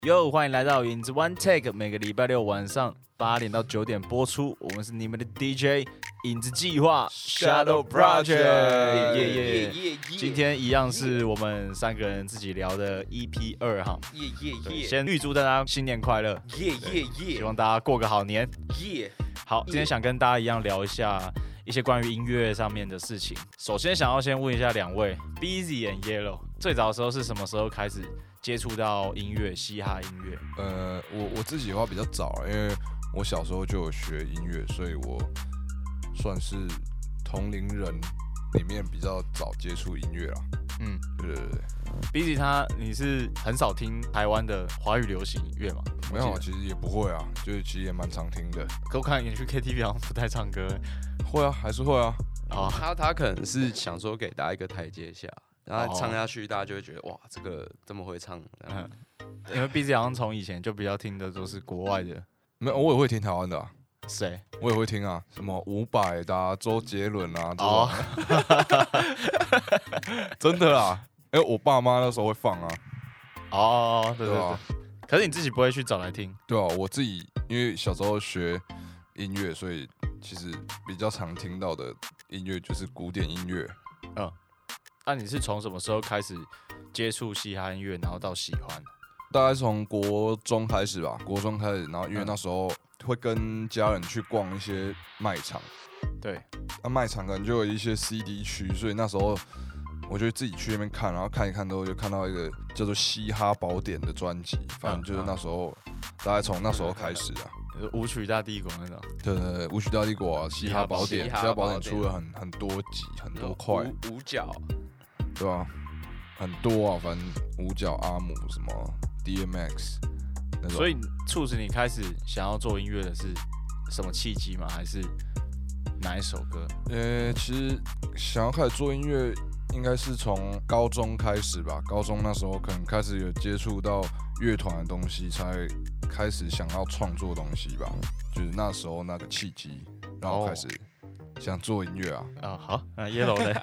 哟，欢迎来到影子 One Take， 每个礼拜六晚上8点到9点播出。我们是你们的 DJ 影子计划 Shadow Project， 今天一样是我们3个人自己聊的 EP2哈。先预祝大家新年快乐，希望大家过个好年。好，今天想跟大家一样聊一下一些关于音乐上面的事情。首先想要先问一下2位 ，Busy and Yellow， 最早的时候是什么时候开始接触到音乐，嘻哈音乐？ 我自己的话比较早，因为我小时候就有学音乐，所以我算是同龄人里面比较早接触音乐啦。对。 Busy 你是很少听台湾的华语流行乐吗？ 没有，其实也不会啊，就是其实也蛮常听的。 可我看你去 KTV 好像不太唱歌。 会啊，还是会啊。 他可能是想说给大家一个台阶下。然后唱下去，大家就会觉得哇，这个这么会唱。 因为 Busy 好像从以前就比较听的都是国外的。 没有，我也会听台湾的啊。 谁？ 我也会听啊，什么伍佰的啊，周杰伦啊。真的啊，我爸妈那时候会放啊。 对。可是你自己不会去找来听？ 对啊，我自己因为小时候学音乐，所以其实比较常听到的音乐就是古典音乐。 那你是从什么时候开始接触嘻哈音乐，然后到喜欢？ 大概从国中开始吧，然后因为那时候会跟家人去逛一些卖场， 对， 那卖场可能就有一些 CD 区，所以那时候我就自己去那边看，然后看一看之后就看到一个叫做《嘻哈宝典》的专辑，反正就是那时候，大概从那时候开始啊。 舞曲大帝国那种。 对，舞曲大帝国啊，《嘻哈宝典》，《嘻哈宝典》出了很多集，很多块。 五角。 对吧？很多啊，反正五角、阿姆什么 DMX 那种。 所以促使你开始想要做音乐的是什么契机吗？还是哪一首歌？ 其实想要开始做音乐，应该是从高中开始吧。高中那时候可能开始有接触到乐团的东西，才开始想要创作东西吧。就是那时候那个契机，然后开始想做音乐啊。 好，Yellow 呢？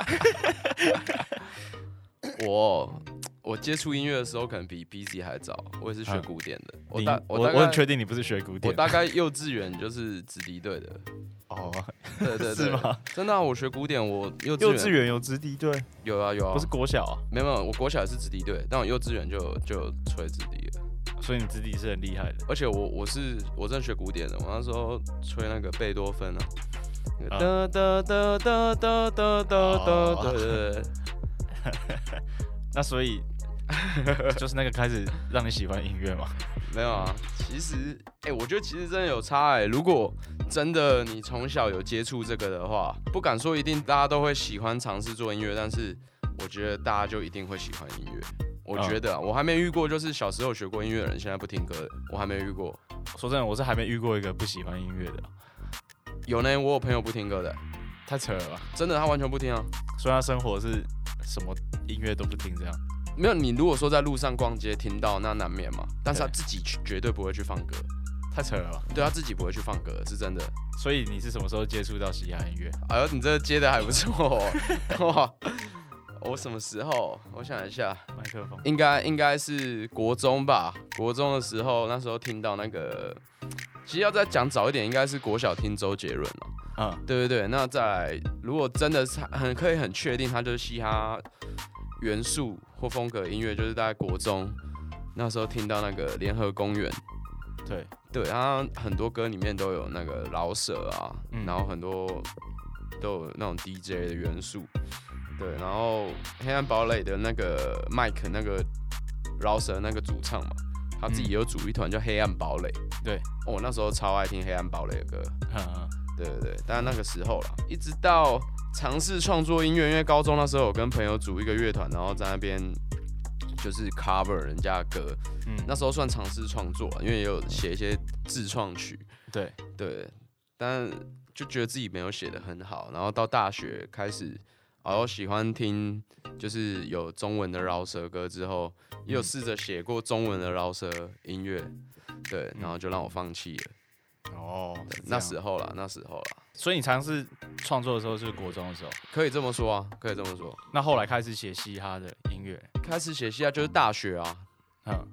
我接触音乐的时候可能比 Busy 还早，我也是学古典的。 我很确定你不是学古典。 我大概幼稚园就是子弟队的。对， 是吗？ 真的我学古典，我幼稚园有子弟队？有啊， 不是国小啊？ 没有，我国小也是子弟队，但我幼稚园就吹子弟了。 所以你子弟是很厉害的。 而且我真的学古典的，我那时候吹那个贝多芬啊。对。 那所以就是那个开始让你喜欢音乐吗？ 没有啊，其实我觉得其实真的有差如果真的你从小有接触这个的话，不敢说一定大家都会喜欢尝试做音乐，但是我觉得大家就一定会喜欢音乐。我觉得我还没遇过，就是小时候学过音乐的人现在不听歌的，我还没遇过。 说真的，我是还没遇过一个不喜欢音乐的。 有呢，我有朋友不听歌的。 太扯了吧？ 真的，他完全不听啊。 所以他生活是什么音乐都不听这样？ 没有，你如果说在路上逛街听到，那难免嘛。但是他自己绝对不会去放歌。 太扯了吧？ 对，他自己不会去放歌，是真的。 所以你是什么时候接触到嘻哈音乐？ 哎呦，你这接的还不错哇！我什么时候？我想一下， 麦克风应该是国中吧。国中的时候，那时候听到那个，其实要再讲早一点，应该是国小听周杰伦了。对，那再来，如果真的是可以很确定，它就是嘻哈元素或风格音乐，就是大概国中那时候听到那个联合公园，对，它很多歌里面都有那个饶舌啊，然后很多都有那种 DJ 的元素，对，然后黑暗堡垒的那个 Mike 那个饶舌那个主唱嘛，他自己有组一团叫黑暗堡垒， 对， 我那时候超爱听黑暗堡垒的歌。对，但那个时候啦，一直到尝试创作音乐，因为高中那时候有跟朋友组一个乐团，然后在那边就是 cover 人家的歌，那时候算尝试创作，因为也有写一些自创曲，对，但就觉得自己没有写得很好，然后到大学开始，喜欢听就是有中文的饶舌歌之后，也有试着写过中文的饶舌音乐，对，然后就让我放弃了。那时候啦。 所以你尝试创作的时候是国中的时候， 可以这么说啊，可以这么说。 那后来开始写嘻哈的音乐， 开始写嘻哈就是大学啊，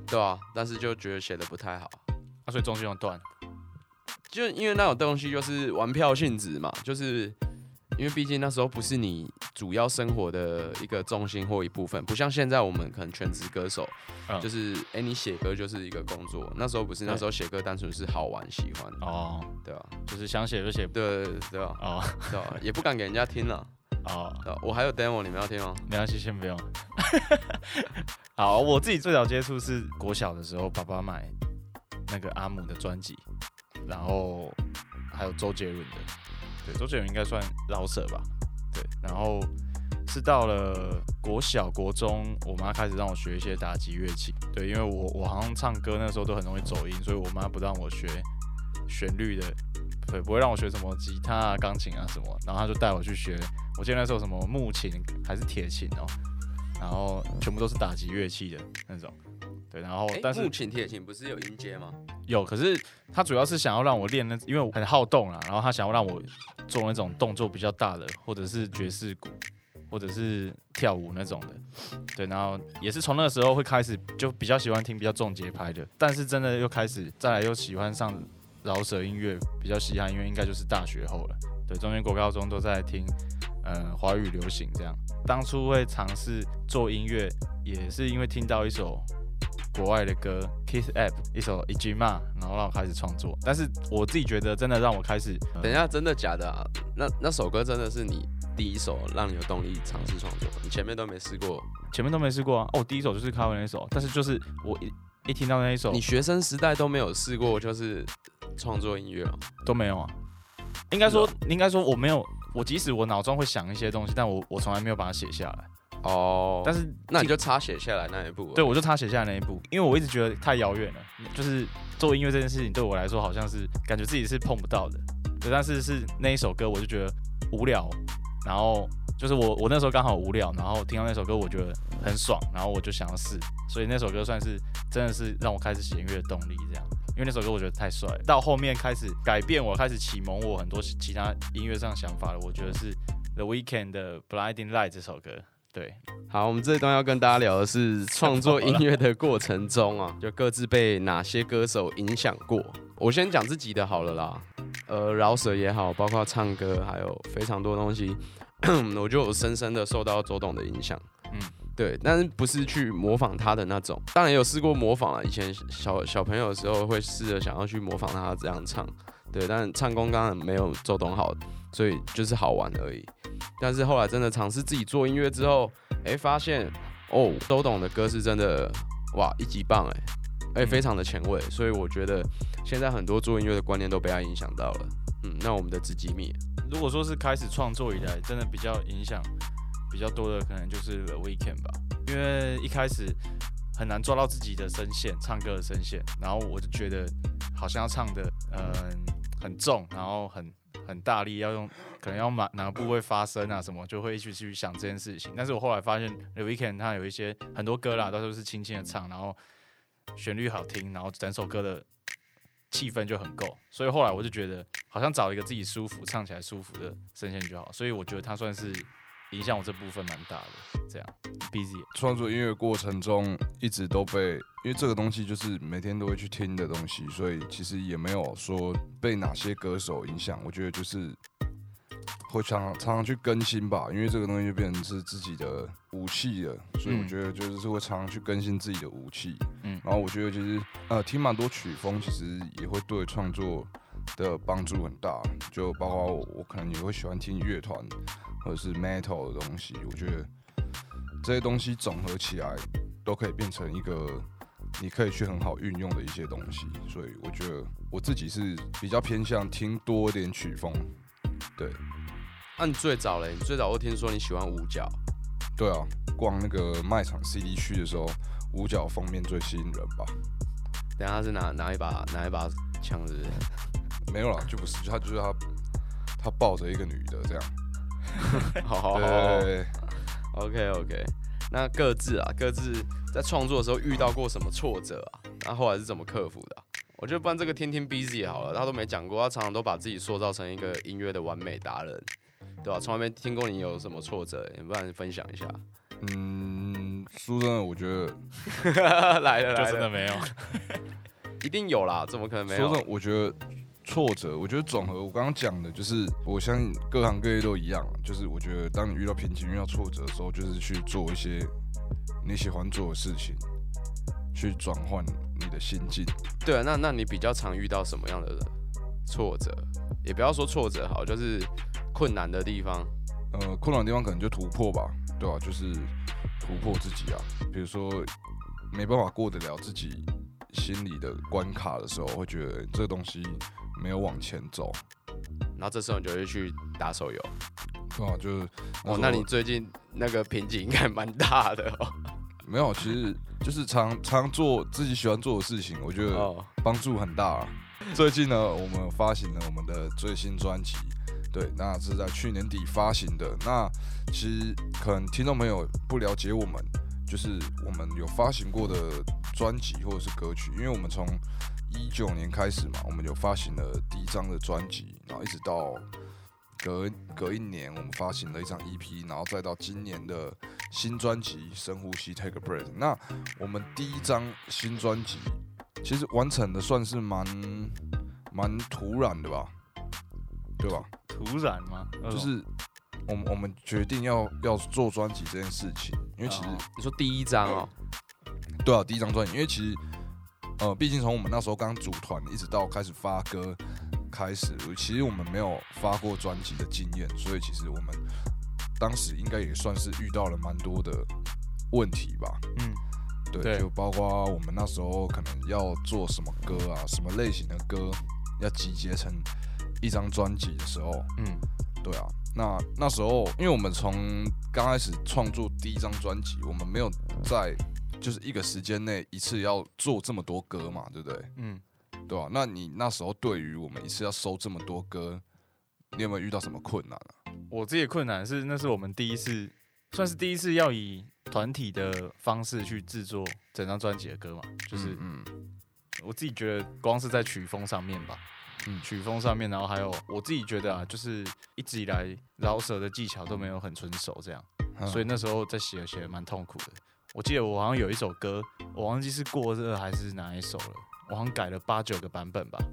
对啊，但是就觉得写的不太好， 所以中间有断。 就因为那种东西就是玩票性质嘛，就是因为毕竟那时候不是你主要生活的一个重心或一部分，不像现在我们可能全职歌手，就是你写歌就是一个工作，那时候不是，那时候写歌单纯是好玩喜欢哦，对吧？ 就是想写就写， 对吧？哦，对吧？也不敢给人家听了。哦，我还有 demo， 你们要听吗？ 没关系，先不用。好，我自己最早接触是国小的时候，爸爸买那个阿姆的专辑，然后还有周杰伦的，对，周杰伦应该算饶舌吧，对，然后是到了国小、国中，我妈开始让我学一些打击乐器，对，因为我好像唱歌那时候都很容易走音，所以我妈不让我学旋律的。对，不会让我学什么吉他啊、钢琴啊什么，然后他就带我去学。我记得那时候什么木琴还是铁琴哦，然后全部都是打击乐器的那种。对，然后但是木琴、铁琴不是有音阶吗？ 有，可是他主要是想要让我练那，因为我很好动啦，然后他想要让我做那种动作比较大的，或者是爵士鼓，或者是跳舞那种的。对，然后也是从那个时候会开始就比较喜欢听比较重节拍的，但是真的又开始再来又喜欢上饶舌音乐，比较嘻哈音乐，应该就是大学后了。对，中间国高中都在听华语流行这样。当初会尝试做音乐，也是因为听到一首国外的歌 Kiss App 一首 Ijima， 然后让我开始创作。但是我自己觉得真的让我开始， 等一下，真的假的啊？那首歌真的是你第一首让你有动力尝试创作？你前面都没试过？ 前面都没试过啊。哦，第一首就是 cover 那首，但是就是我一听到那一首， 你学生时代都没有试过，就是创作音乐啊？ 都没有啊。应该说我没有，我即使我脑中会想一些东西，但我从来没有把它写下来。 哦， 但是那你就差写下来那一步。 对，我就差写下来那一步，因为我一直觉得太遥远了，就是做音乐这件事情对我来说好像是感觉自己是碰不到的。对，但是那一首歌我就觉得无聊，然后就是我那时候刚好无聊，然后听到那首歌我觉得很爽，然后我就想要试，所以那首歌算是真的是让我开始写音乐的动力这样。因为那首歌我觉得太帅了，到后面开始改变我，开始启蒙我很多其他音乐上想法了。我觉得是 The Weeknd 的 Blinding Light 这首歌。对， 好，我们这一段要跟大家聊的是创作音乐的过程中啊，就各自被哪些歌手影响过。我先讲自己的好了啦，饶舌也好，包括唱歌，还有非常多东西，我就有深深的受到周董的影响。对，但是不是去模仿他的那种，当然有试过模仿啦。以前小朋友的时候会试着想要去模仿他这样唱，对，但唱功当然没有周董好，所以就是好玩而已。但是后来真的尝试自己做音乐之后，发现哦，周董的歌是真的哇一级棒非常的前卫，所以我觉得现在很多做音乐的观念都被他影响到了。那我们的自己米， 如果说是开始创作以来，真的比较影响比较多的，可能就是 The Weeknd 吧，因为一开始很难抓到自己的声线，唱歌的声线，然后我就觉得好像要唱的很重，然后很大力，要用可能要哪个部位发声啊什么，就会一起去想这件事情。但是我后来发现 The Weeknd 他有一些很多歌啦，都是轻轻的唱，然后旋律好听，然后整首歌的气氛就很够，所以后来我就觉得好像找一个自己舒服、唱起来舒服的声线就好，所以我觉得他算是影响我这部分蛮大的。这样 ，Busy 创作音乐过程中一直都被，因为这个东西就是每天都会去听的东西，所以其实也没有说被哪些歌手影响。我觉得就是会常常去更新吧，因为这个东西就变成是自己的武器了，所以我觉得就是会常常去更新自己的武器。然后我觉得其实听蛮多曲风，其实也会对创作的帮助很大，就包括我可能也会喜欢听乐团或者是 metal 的东西，我觉得这些东西总合起来都可以变成一个你可以去很好运用的一些东西，所以我觉得我自己是比较偏向听多一点曲风。对， 那你最早嘞？你最早我听说你喜欢五角。 对啊，逛那个卖场 CD 区的时候，五角封面最吸引人吧。 等一下是拿一把枪是不是？ 没有啦，就不是，就是他抱着一个女的这样。 好，对 ，OK， 那各自在创作的时候遇到过什么挫折啊？那后来是怎么克服的我觉得不然这个听 Busy 好了，他都没讲过，他常常都把自己塑造成一个音乐的完美达人，对吧？从来没听过你有什么挫折，不然分享一下。 说真的，我觉得来了， 就真的没有， 一定有啦，怎么可能没有？ 说真的，我觉得挫折，我觉得总和我刚刚讲的，就是我相信各行各业都一样，就是我觉得当你遇到瓶颈、遇到挫折的时候，就是去做一些你喜欢做的事情，去转换你的心境。 对啊，那你比较常遇到什么样的挫折？也不要说挫折好，就是困难的地方。 困难的地方可能就突破吧，对吧？就是突破自己啊，比如说没办法过得了自己心里的关卡的时候，会觉得这个东西没有往前走， 然后这时候你就会去打手游。 对啊，就是那你最近那个瓶颈应该蛮大的哦。 没有，其实就是常做自己喜欢做的事情，我觉得帮助很大啊。最近呢，我们发行了我们的最新专辑，对，那是在去年底发行的。那其实可能听众朋友不了解我们，就是我们有发行过的专辑或者是歌曲，因为我们从19年开始嘛，我们有发行了第一张的专辑，然后一直到隔一年，我们发行了一张 EP， 然后再到今年的新专辑《深呼吸 Take a Breath》。那我们第一张新专辑其实完成的算是蛮突然的吧，对吧？ 突然吗？ 就是我们决定要做专辑这件事情，因为其实你说第一张哦， 对啊，第一张专辑，因为其实毕竟从我们那时候刚组团一直到开始发歌开始，其实我们没有发过专辑的经验，所以其实我们当时应该也算是遇到了蛮多的问题吧。对，就包括我们那时候可能要做什么歌啊，什么类型的歌要集结成一张专辑的时候，对啊，那时候因为我们从刚开始创作第一张专辑，我们没有在就是一个时间内一次要做这么多歌嘛，对不对？对啊，那你那时候对于我们一次要收这么多歌，你有没有遇到什么困难啊？ 我自己的困难是，那是我们算是第一次要以团体的方式去制作整张专辑的歌嘛，就是我自己觉得光是在曲风上面吧，曲风上面，然后还有我自己觉得啊，就是一直以来饶舌的技巧都没有很纯熟这样，所以那时候在写得蛮痛苦的。我记得我好像有一首歌，我忘记是过热还是哪一首了，我好像改了8、9个版本吧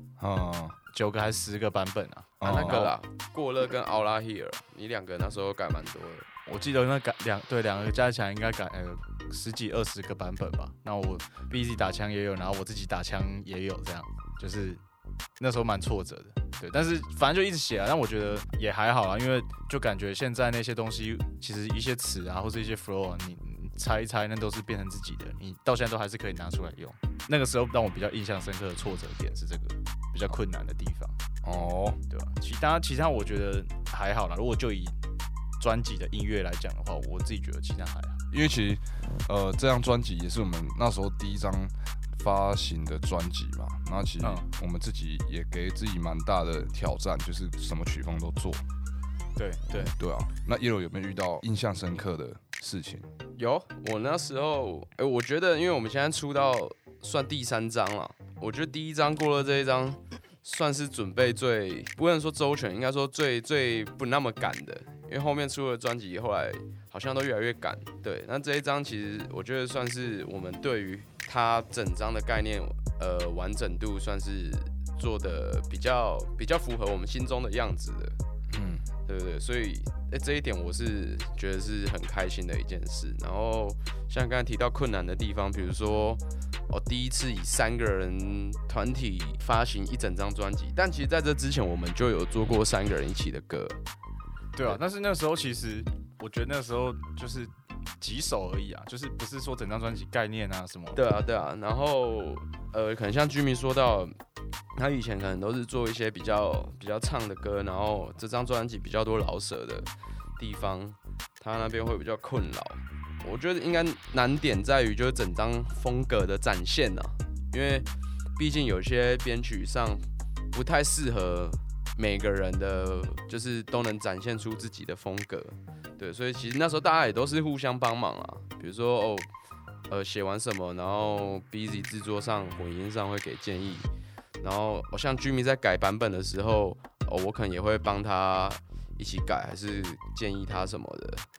，9个还是10个版本啊？ 那个啦，过热跟奥拉希尔，你2个那时候改蛮多的。 我记得那两个加起来应该改10几20个版本吧。那我 BZ 打枪也有，然后我自己打枪也有，这样就是那时候蛮挫折的。对，但是反正就一直写啊，但我觉得也还好啦，因为就感觉现在那些东西，其实一些词啊，或是一些 flow 啊，你猜一猜，那都是变成自己的，你到现在都还是可以拿出来用。那个时候让我比较印象深刻的挫折点是这个比较困难的地方。对吧？其他我觉得还好啦。如果就以专辑的音乐来讲的话，我自己觉得其他还好。 因为其实这张专辑也是我们那时候第一张发行的专辑嘛，那其实我们自己也给自己蛮大的挑战，就是什么曲风都做。对啊，那Yellow有没有遇到印象深刻的事情？ 有，我那时候我觉得，因为我们现在出到算第3张了，我觉得第一张过了这一张算是准备最不能说周全，应该说最不那么赶的，因为后面出了专辑，后来好像都越来越赶。对，那这一张其实我觉得算是我们对于它整张的概念完整度算是做的比较符合我们心中的样子的。对不对？所以这一点我是觉得是很开心的一件事。然后像刚才提到困难的地方，比如说第一次以3个人团体发行一整张专辑，但其实在这之前我们就有做过3个人一起的歌。 对啊，但是那时候其实我觉得那时候就是几首而已啊，就是不是说整张专辑概念啊什么。 对啊，然后可能像居民说到，他以前可能都是做一些比较唱的歌，然后这张专辑比较多饶舌的地方，他那边会比较困扰。我觉得应该难点在于就是整张风格的展现啊，因为毕竟有些编曲上不太适合每个人的，就是都能展现出自己的风格。对，所以其实那时候大家也都是互相帮忙啊，比如说写完什么，然后 BZ 制作上混音上会给建议。然后像居民在改版本的时候，我可能也会帮他一起改，还是建议他什么的。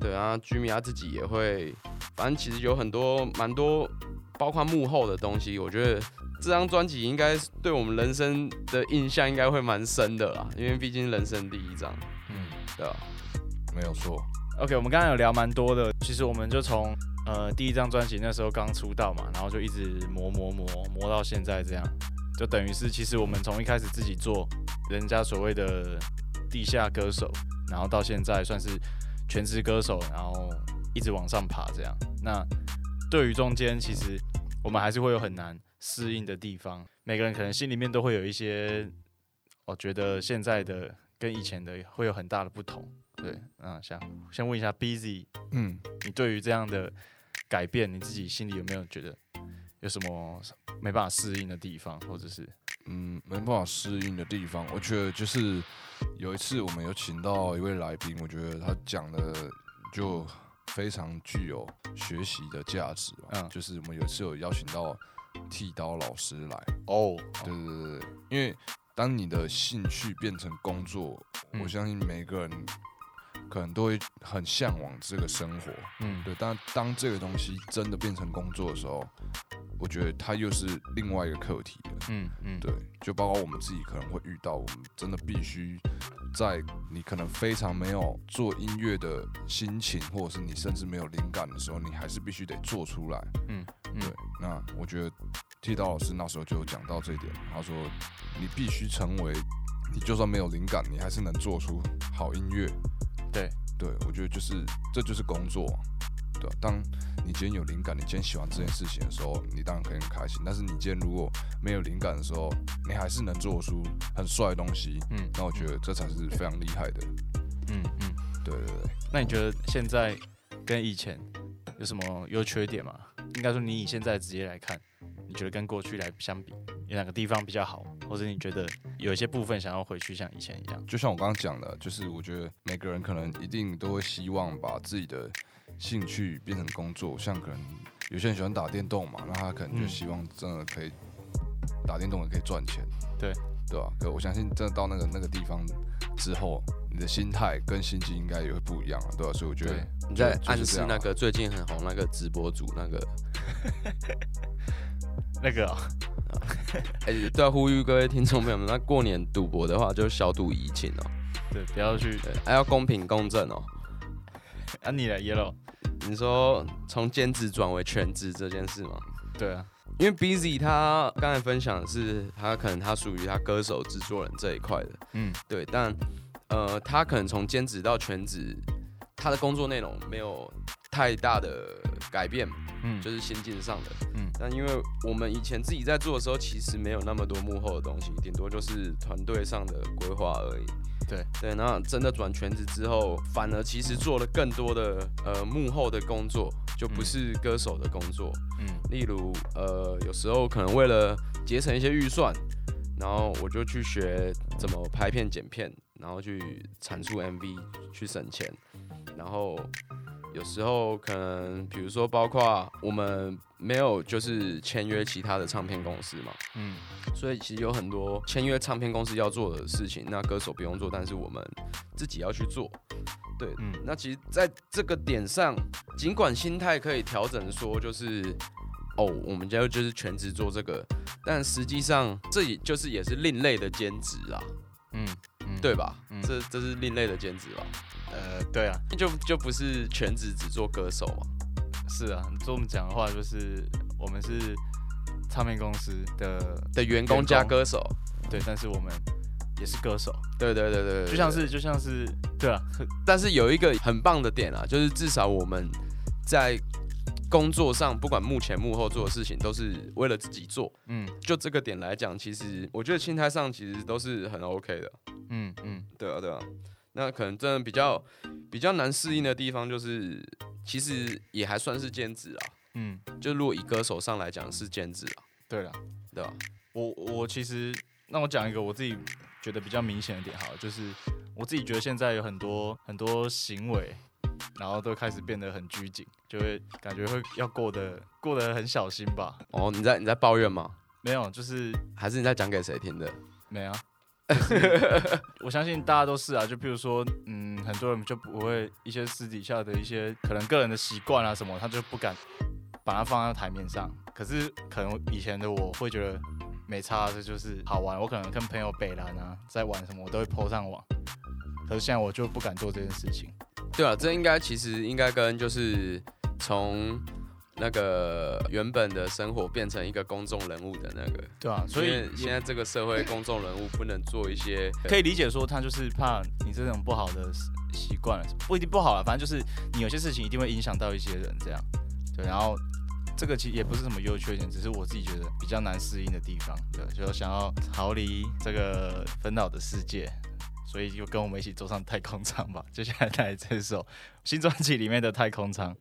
对啊，Jimmy 他自己也会，反正其实有蛮多，包括幕后的东西，我觉得这张专辑应该对我们人生的印象应该会蛮深的啦，因为毕竟人生第一张，对吧？ 没有错。 OK， 我们刚刚有聊蛮多的，其实我们就从第一张专辑那时候刚出道嘛，然后就一直磨到现在这样，就等于是其实我们从一开始自己做人家所谓的地下歌手，然后到现在算是全职歌手，然后一直往上爬这样。那对于中间其实我们还是会有很难适应的地方，每个人可能心里面都会有一些，我觉得现在的跟以前的会有很大的不同。对，先问一下 Busy， 你对于这样的改变，你自己心里有没有觉得有什么没办法适应的地方，或者是没办法适应的地方？我觉得就是有一次我们有请到一位来宾，我觉得他讲的就非常具有学习的价值。就是我们有一次有邀请到剃刀老师来。对，因为当你的兴趣变成工作，我相信每个人可能都会很向往这个生活。对，但当这个东西真的变成工作的时候，我觉得它又是另外一个课题了。对，就包括我们自己可能会遇到，我们真的必须在你可能非常没有做音乐的心情，或者是你甚至没有灵感的时候，你还是必须得做出来。对，那我觉得剃刀老师那时候就有讲到这一点，他说你必须成为，你就算没有灵感，你还是能做出好音乐。对，我觉得这就是工作。对，当你今天有灵感，你今天喜欢这件事情的时候，你当然可以很开心。但是你今天如果没有灵感的时候，你还是能做出很帅的东西。那我觉得这才是非常厉害的。对。 那你觉得现在跟以前有什么优缺点吗？应该说你以现在直接来看，你觉得跟过去来相比，有哪个地方比较好，或者你觉得有一些部分想要回去像以前一样？ 就像我刚刚讲的，就是我觉得每个人可能一定都会希望把自己的兴趣变成工作，像可能有些人喜欢打电动嘛，那他可能就希望真的可以打电动也可以赚钱，对吧？可我相信真的到那个地方之后，你的心态跟心境应该也会不一样，对吧？所以我觉得你在暗示那个最近很红那个直播主那个那个对啊，呼吁各位听众朋友们，那过年赌博的话就小赌怡情哦， 对，不要去， 还要公平公正哦。 你来 Yellow， 你说从兼职转为全职这件事吗？ 对啊， 因为 Busy 他刚才分享的是他可能他属于他歌手制作人这一块的，对，但他可能从兼职到全职，他的工作内容没有太大的改变，就是心境上的，但因为我们以前自己在做的时候，其实没有那么多幕后的东西，顶多就是团队上的规划而已。对，那真的转全职之后，反而其实做了更多的幕后的工作，就不是歌手的工作。例如有时候可能为了节省一些预算，然后我就去学怎么拍片剪片，然后去产出 MV 去省钱，然后有时候可能比如说包括我们没有就是签约其他的唱片公司嘛，所以其实有很多签约唱片公司要做的事情，那歌手不用做，但是我们自己要去做。对，那其实在这个点上，尽管心态可以调整说就是我们家就是全职做这个，但实际上这也是另类的兼职啦，对吧？这是另类的兼职吧？ 对啊， 就不是全职只做歌手嘛。 是啊，这么讲的话，就是我们是唱片公司的员工加歌手， 对，但是我们也是歌手， 对， 就像是，对啊。 但是有一个很棒的点啊，就是至少我们在工作上，不管幕前幕后做的事情，都是为了自己做。就这个点来讲，其实我觉得心态上其实都是很 OK 的。对啊。那可能真的比较难适应的地方，就是其实也还算是兼职啊。就如果以歌手上来讲是兼职啊。 对啊， 对吧？ 我其实，那我讲一个我自己觉得比较明显的点，好了，就是我自己觉得现在有很多行为，然后都开始变得很拘谨，就会感觉会要过得很小心吧。 你在抱怨吗？ 没有，就是还是你在讲给谁听的？ 没啊。 我相信大家都是啊，就比如说，很多人就不会一些私底下的一些可能个人的习惯啊什么，他就不敢把它放在台面上。可是可能以前的我会觉得没差，这就是好玩。我可能跟朋友北兰啊在玩什么，我都会 po 上网。可是现在我就不敢做这件事情。 对啊，这其实应该跟就是从那个原本的生活变成一个公众人物的那个， 对啊，所以现在这个社会公众人物不能做一些， 可以理解说他就是怕你这种不好的习惯，不一定不好啦，反正就是你有些事情一定会影响到一些人这样，对，然后这个其实也不是什么优缺点，只是我自己觉得比较难适应的地方，对，就想要逃离这个纷扰的世界。所以就跟我们一起走上太空舱吧。接下来带来这首新专辑里面的《太空舱》。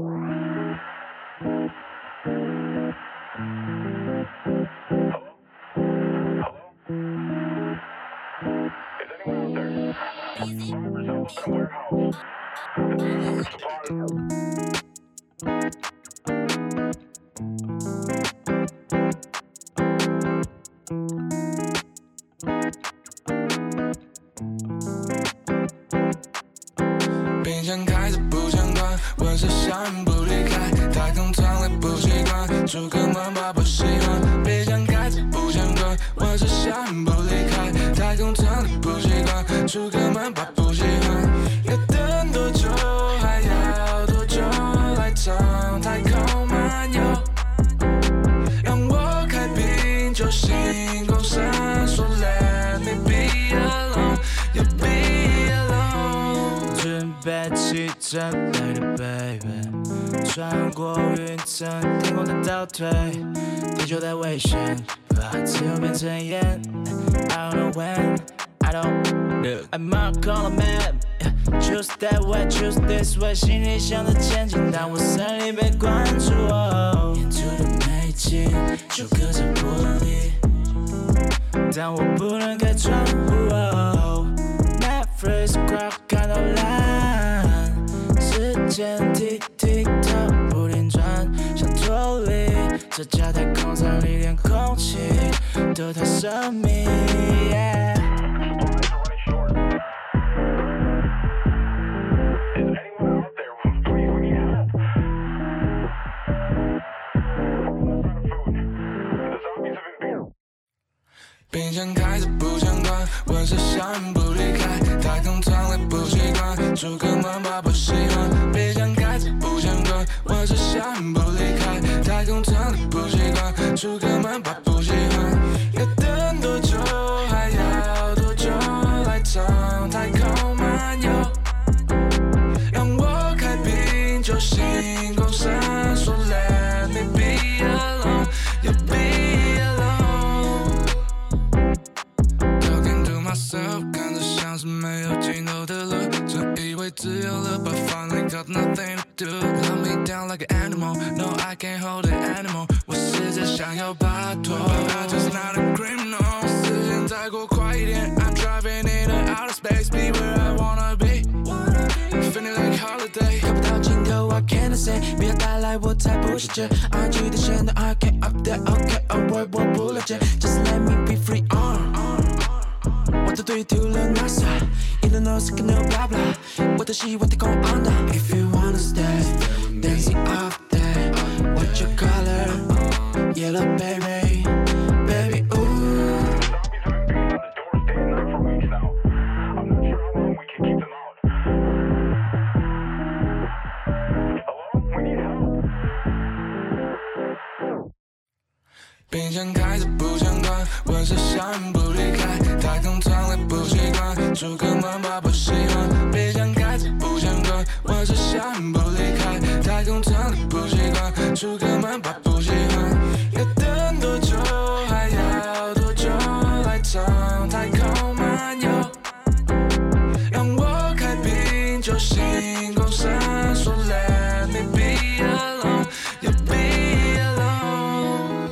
冰箱开着不想关，温室效应不离开，太空舱里不习惯，出个门吧不喜欢。冰箱开着不想关，温室效应不离开，太空舱里不习惯，出个门吧不喜欢。要等多久？还要多久来场太空漫游？让我开瓶酒，星光闪烁 ，Let me be alone, you be alone。 准备起站来的 baby， 穿过云层，天空在倒退，地球在危险，把自由变成烟。I don't know when, I don't know. I'm not calling man, choose that way, choose this way， 心里想着前进，但我身体被关住。沿途的美景就隔着玻璃，但我不能开窗户。Netflix crowd 看到烂，时间 tick tick tock 不停转，想脱离这架太空舱里，连空气都太神秘。Yeah。 冰箱开着不想关，温室效应不离开，太空舱里不习惯，出个门吧不喜欢。冰箱开着不想关，温室效应不离开，太空舱里不习惯，出个门吧不喜欢。要等多久？还要多久来场太空漫游？让我开瓶酒，星光闪烁 ，Let me be alone, you be alone。Talking to myself， 看着像是没有尽头的路，真以为自由了 ，but finally got nothing to do。Love me down like an animal，no I can't hold it anymore。我试着想要摆脱 ，but I just not a criminal。时间再过快一点 ，I'm driving in the outer space，be where I wanna be。Feeling like holiday， 看不到尽头 ，What can I say？ 不要带来我才不是这 ，IG 的线的 I can't up there，OK， 我不了解 ，Just let me be free on。我的队丢了 NASA， Elon Musk no blah blah， 我的希望天空 on down。If you wanna stay dancing up there，What's your color？ Yellow baby， baby ooh。 冰箱开着不想关，温室效应不离开，太空舱里不习惯，出个门吧不喜欢。冰箱开着不想关，温室效应不离开，太空舱里不习惯，出个门吧不喜欢。要等多久？还要多久来场太空漫游？让我开瓶酒，星光闪烁 ，Let me be alone, you be alone。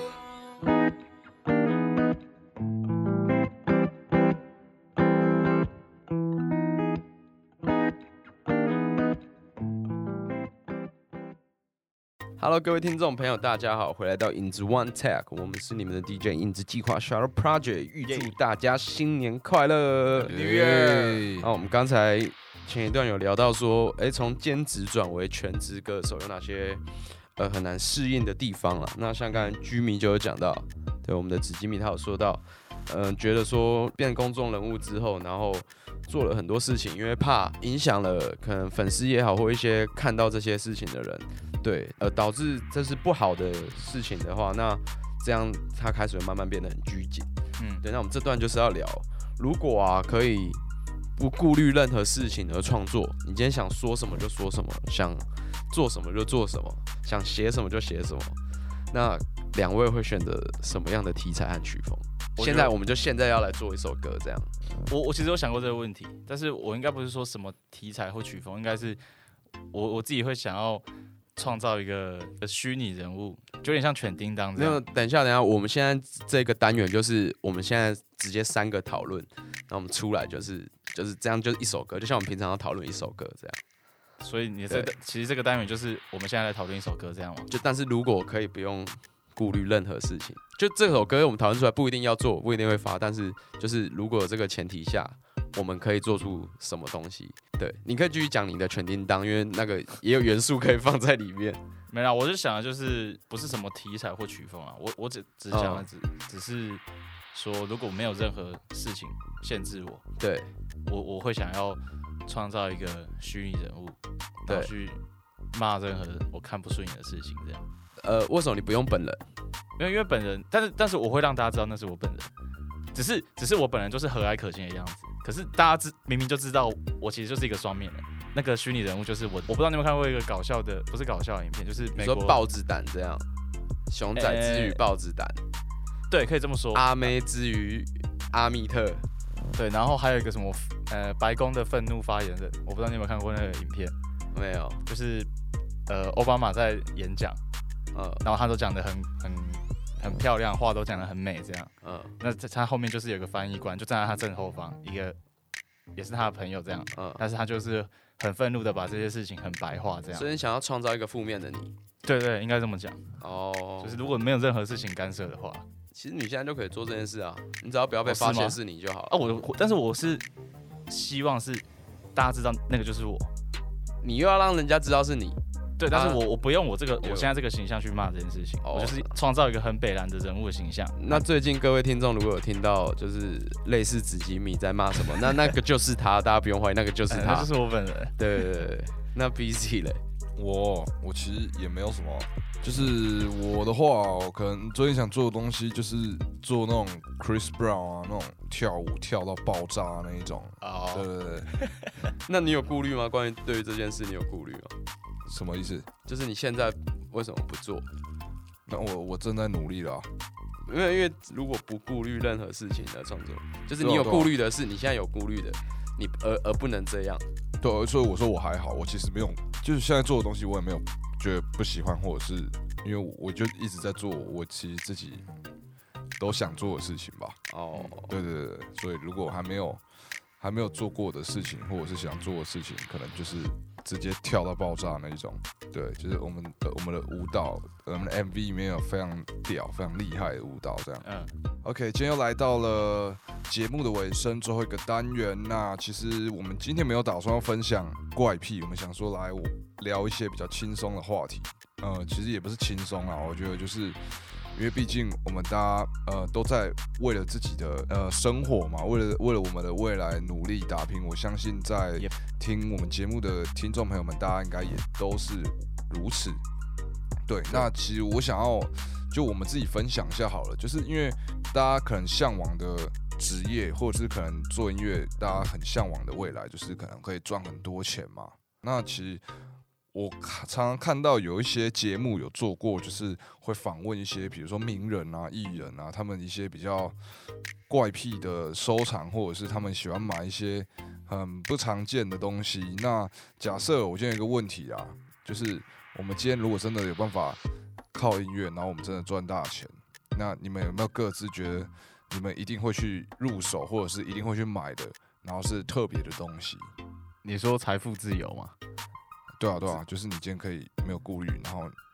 Hello， 各位听众朋友，大家好，回来到影子 One Tag， 我们是你们的 DJ 影子计划 Shadow Project， 预祝大家新年快乐！好，我们刚才前一段有聊到说，从兼职转为全职歌手有哪些很难适应的地方啦。那像刚才居迷就有讲到，对我们的子基迷他有说到，觉得说变公众人物之后，然后做了很多事情，因为怕影响了可能粉丝也好，或一些看到这些事情的人。对，导致这是不好的事情的话，那这样他开始会慢慢变得很拘谨。对，那我们这段就是要聊，如果可以不顾虑任何事情而创作，你今天想说什么就说什么，想做什么就做什么，想写什么就写什么，那两位会选择什么样的题材和曲风？我们就现在要来做一首歌，这样。 我其实有想过这个问题，但是我应该不是说什么题材或曲风，应该是我自己会想要创造一个虚拟人物，就有点像犬叮当这样。 等一下，我们现在这个单元就是我们现在直接3个讨论，那我们出来就是这样，就是一首歌，就像我们平常要讨论一首歌这样。 所以其实这个单元就是我们现在来讨论一首歌这样吗？ 但是如果可以不用顾虑任何事情，就这首歌我们讨论出来不一定要做，不一定会发，但是就是如果有这个前提下，我们可以做出什么东西？对，你可以继续讲你的犬叮当，因为那个也有元素可以放在里面。 没啦，我就想的就是不是什么题材或曲风啊，我只想的只是说，如果没有任何事情限制我， 对， 我会想要创造一个虚拟人物，然后去骂任何我看不顺眼的事情，这样。 为什么你不用本人？ 因为本人，但是我会让大家知道那是我本人，只是我本人就是和蔼可亲的样子。可是大家明明就知道我其实就是一个双面人，那个虚拟人物就是我。我不知道你有没有看过一个搞笑的，不是搞笑的影片，就是美国你说豹子胆这样，熊仔之于豹子胆， 对，可以这么说。 阿妹之于阿密特， 对，然后还有一个什么白宫的愤怒发言人，我不知道你有没有看过那个影片？ 没有， 就是奥巴马在演讲，然后他都讲得很漂亮，话都讲得很美，这样。那他后面就是有个翻译官，就站在他正后方，一个也是他的朋友这样。但是他就是很愤怒的把这些事情很白话这样。 所以你想要创造一个负面的你？ 对，应该这么讲。 就是如果没有任何事情干涉的话， 其实你现在就可以做这件事啊，你只要不要被发现是你就好了。 但是我是希望是大家知道那个就是我， 你又要让人家知道是你。 对，但是我不用我现在这个形象去骂这件事情，我就是创造一个很北蓝的人物的形象。 那最近各位听众如果有听到就是类似子吉米在骂什么，那个就是他，大家不用怀疑，那个就是他， 那就是我本人。 对，那 BZ 嘞， 我其实也没有什么，就是我的话，我可能最近想做的东西就是做那种 Chris Brown 啊，那种跳舞跳到爆炸那一种。对。 那你有顾虑吗？关于对于这件事，你有顾虑吗？ 什么意思？ 就是你现在为什么不做？ 那我正在努力啦。 因为如果不顾虑任何事情的创作，就是你有顾虑的是你现在有顾虑的，你而不能这样。 对，所以我说我还好，我其实没有，就是现在做的东西我也没有觉得不喜欢，或者是因为我就一直在做我其实自己都想做的事情吧。对，所以如果还没有做过的事情，或者是想做的事情，可能就是直接跳到爆炸那一种。对，就是我们的舞蹈，我们的 MV 里面有非常屌、非常厉害的舞蹈这样。OK， 今天又来到了节目的尾声，最后一个单元。那其实我们今天没有打算要分享怪癖，我们想说来聊一些比较轻松的话题。其实也不是轻松啊，我觉得就是因为毕竟我们大家都在为了自己的生活嘛，为了我们的未来努力打拼。我相信在听我们节目的听众朋友们，大家应该也都是如此。对，那其实我想要就我们自己分享一下好了，就是因为大家可能向往的职业，或者是可能做音乐，大家很向往的未来，就是可能可以赚很多钱嘛。那其实我常常看到有一些节目有做过，就是会访问一些比如说名人啊、艺人啊，他们一些比较怪癖的收藏，或者是他们喜欢买一些很不常见的东西。那假设我今天有一个问题啊，就是我们今天如果真的有办法靠音乐，然后我们真的赚大钱，那你们有没有各自觉得你们一定会去入手，或者是一定会去买的，然后是特别的东西？ 你说财富自由吗？ 对啊，就是你今天可以没有顾虑，然后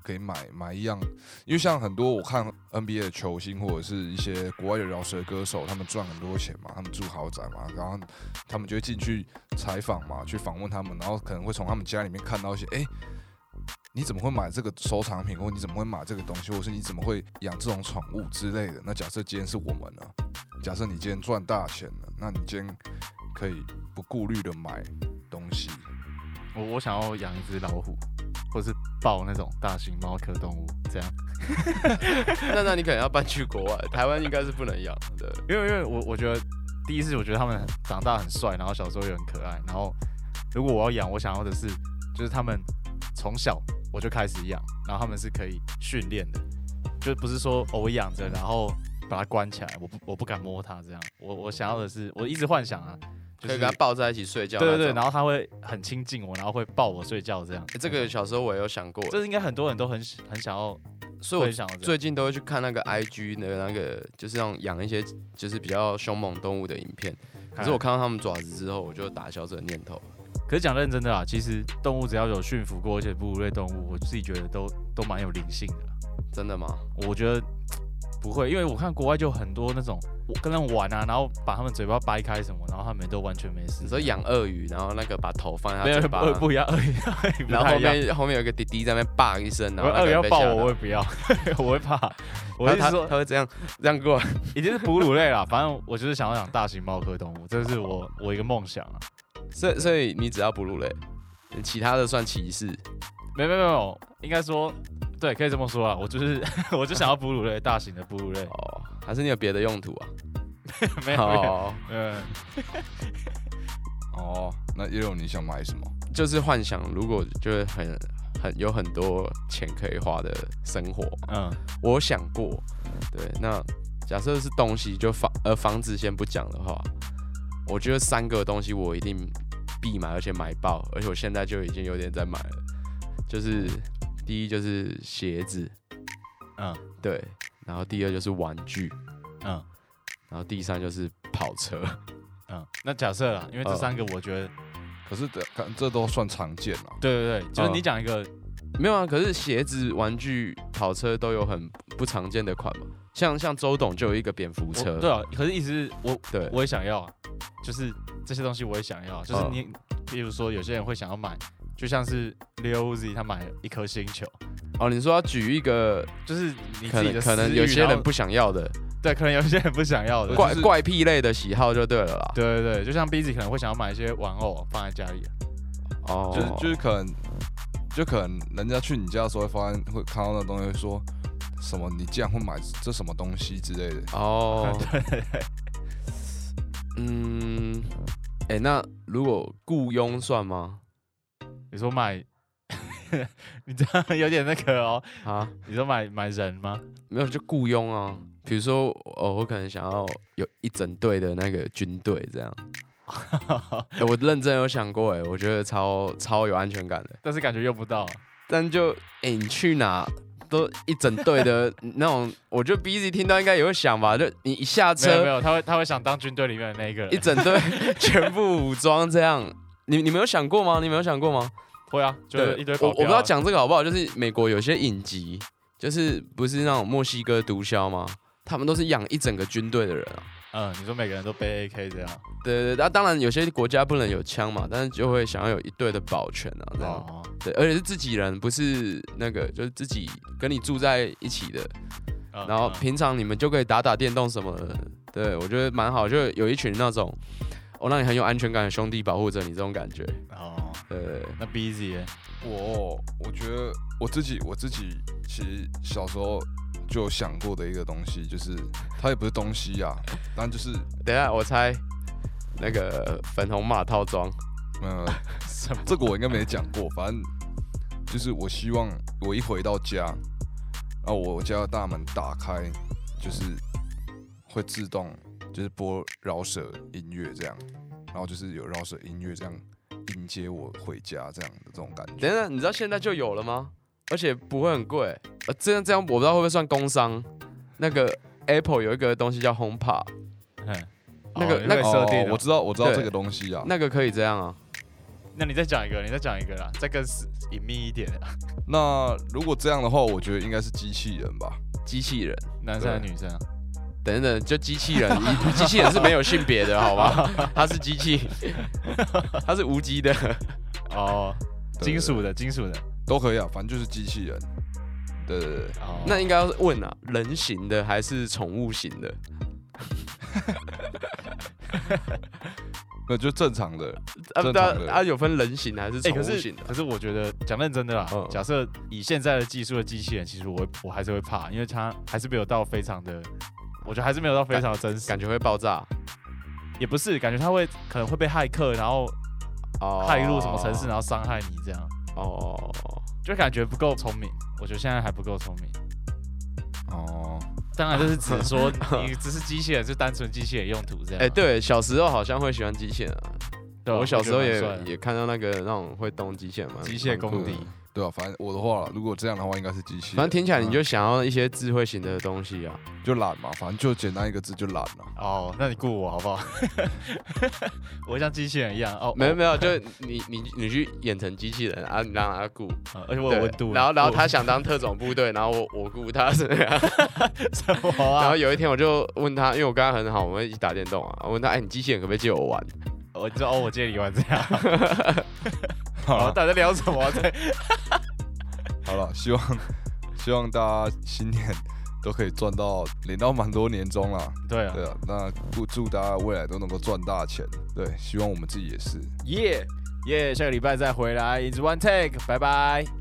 可以买一样，因为像很多我看 NBA 的球星或者是一些国外的饶舌歌手，他们赚很多钱嘛，他们住豪宅嘛，然后他们就会进去采访嘛，去访问他们，然后可能会从他们家里面看到一些，你怎么会买这个收藏品，或你怎么会买这个东西，或是你怎么会养这种宠物之类的？那假设今天是我们呢？假设你今天赚大钱了，那你今天可以不顾虑的买东西。 我想要养一只老虎，或是抱那种大型猫科动物，这样。 那你可能要搬去国外，台湾应该是不能养的。 因为我觉得第一是我觉得他们长大很帅，然后小时候也很可爱。然后如果我要养，我想要的是就是他们从小我就开始养，然后他们是可以训练的，就不是说我养着然后把它关起来，我不敢摸它这样。我想要的是，我一直幻想啊。 可以跟他抱在一起睡觉， 对，然后他会很亲近我，然后会抱我睡觉这样。 这个小时候我也有想过， 这应该很多人都很想要， 所以我最近都会去看那个 IG 的那个，就是那种养一些就是比较凶猛动物的影片。可是我看到他们爪子之后，我就打消这个念头。 可是讲认真的啦，其实动物只要有驯服过一些哺乳类动物，我自己觉得都蛮有灵性的。 真的吗？ 我觉得不会，因为我看国外就很多那种跟他们玩啊，然后把他们嘴巴掰开什么，然后他们都完全没事。 你说养鳄鱼，然后那个把头放在他嘴巴， 不一样，鳄鱼然后后面有一个弟弟在那边叭一声，然后鳄鱼要抱我也不要，我会怕。我是说他会这样过来， 已经是哺乳类啦，反正我就是想要养大型猫科动物，这是我一个梦想啊。 所以你只要哺乳类，其他的算歧视？ 没有，应该说。对，可以这么说啊，我就想要哺乳类，大型的哺乳类。 哦，还是你有别的用途啊？ 没有， 那也有你想买什么？ 就是幻想，如果就是有很多钱可以花的生活。我想过，对，那假设是东西，就房子先不讲的话，我觉得3个东西我一定必买，而且买爆，而且我现在就已经有点在买了，就是第一就是鞋子，对，然后第2就是玩具，然后第3就是跑车， 那假设啦，因为这3个我觉得， 可是这都算常见啦。 对，就是你讲一个， 没有啊，可是鞋子、玩具、跑车都有很不常见的款嘛，像周董就有一个蝙蝠车， 对啊，可是意思是我也想要啊，就是这些东西我也想要，就是你，比如说有些人会想要买。就像是 Lil Uzi 他买了一颗星球， 你说要举一个， 就是你自己的可能有些人不想要的， 对，可能有些人不想要的怪癖类的喜好就对了啦。 对，就像 Busy 可能会想要买一些玩偶放在家里， 就是可能人家去你家的时候会看到那东西，会说什么你竟然会买这什么东西之类的。 对，那如果雇佣算吗？ 你说买，你这样有点那个哦啊？ 你说买人吗？ 没有，就雇佣啊。比如说，我可能想要有一整队的那个军队这样。我认真有想过，我觉得超有安全感的。 但是感觉用不到。 但就你去哪都一整队的那种，我觉得 Busy 听到应该也会想吧。就你一下车， 没有，他会想当军队里面的那一个人， 一整队全部武装这样。你没有想过吗？ 会啊，就是一堆保镖。 我不知道讲这个好不好，就是美国有些影集，就是不是那种墨西哥毒枭吗？他们都是养一整个军队的人啊。 你说每个人都背 AK 这样？ 对，那当然有些国家不能有枪嘛，但是就会想要有一队的保全啊，这样。对，而且是自己人，不是那个就是自己跟你住在一起的，然后平常你们就可以打电动什么的。对，我觉得蛮好，就有一群那种。让你很有安全感的兄弟保护着你这种感觉。对， 那 Busy 耶， 我觉得我自己其实小时候就有想过的一个东西，就是它也不是东西啊，但就是等一下我猜那个粉红马套装， 这个我应该没讲过，反正就是我希望我一回到家，然后我家的大门打开，就是会自动。就是播饶舌音乐这样，然后就是有饶舌音乐这样迎接我回家这样的这种感觉。 等等，你知道现在就有了吗？而且不会很贵。这样我不知道会不会算工商。那个 Apple 有一个东西叫 HomePod，那个设定， 我知道这个东西啊， 那个可以这样啊。 那你再讲一个啦，再更隐秘一点的。 那如果这样的话，我觉得应该是机器人吧。 机器人， 男生还是女生啊？ 等等，就机器人，机器人是没有性别的，好吧？它是机器，它是无机的。 哦，金属的都可以啊，反正就是机器人。对。 哦，那应该要问啊，人形的还是宠物型的？ 那就正常的。 有分人形还是宠物型的？ 可是我觉得讲认真的啦，假设以现在的技术的机器人，其实我还是会怕，因为它还是没有到非常的，我觉得还是没有到非常的真实， 感觉会爆炸。 也不是，感觉它可能会被骇客，然后骇入什么城市，然后伤害你这样。就感觉不够聪明，我觉得现在还不够聪明。当然就是只说你只是机器人，就单纯机器人用途这样。 对，小时候好像会喜欢机器人啊。 对， 我小时候也看到那种会动机器人嘛， 机械公敌。 对啊，反正我的话，如果这样的话，应该是机器人。 反正听起来你就想要一些智慧型的东西啊， 就懒嘛，反正就简单一个字，就懒了。那你雇我好不好？我像机器人一样没有，就你去演成机器人啊，你让他雇， 而且我有温度。 然后他想当特种部队，然后我雇他是这样。 什么啊？ 然后有一天我就问他，因为我跟他很好，我们一起打电动啊，我问他，你机器人可不可以借我玩？ 我就说我借你玩这样。好，大家聊什么？ 好了，希望大家新年都可以领到蛮多年终啦。 对啊， 那祝大家未来都能够赚大钱。对，希望我们自己也是。 耶，下个礼拜再回来 ，It's One Take， 拜拜。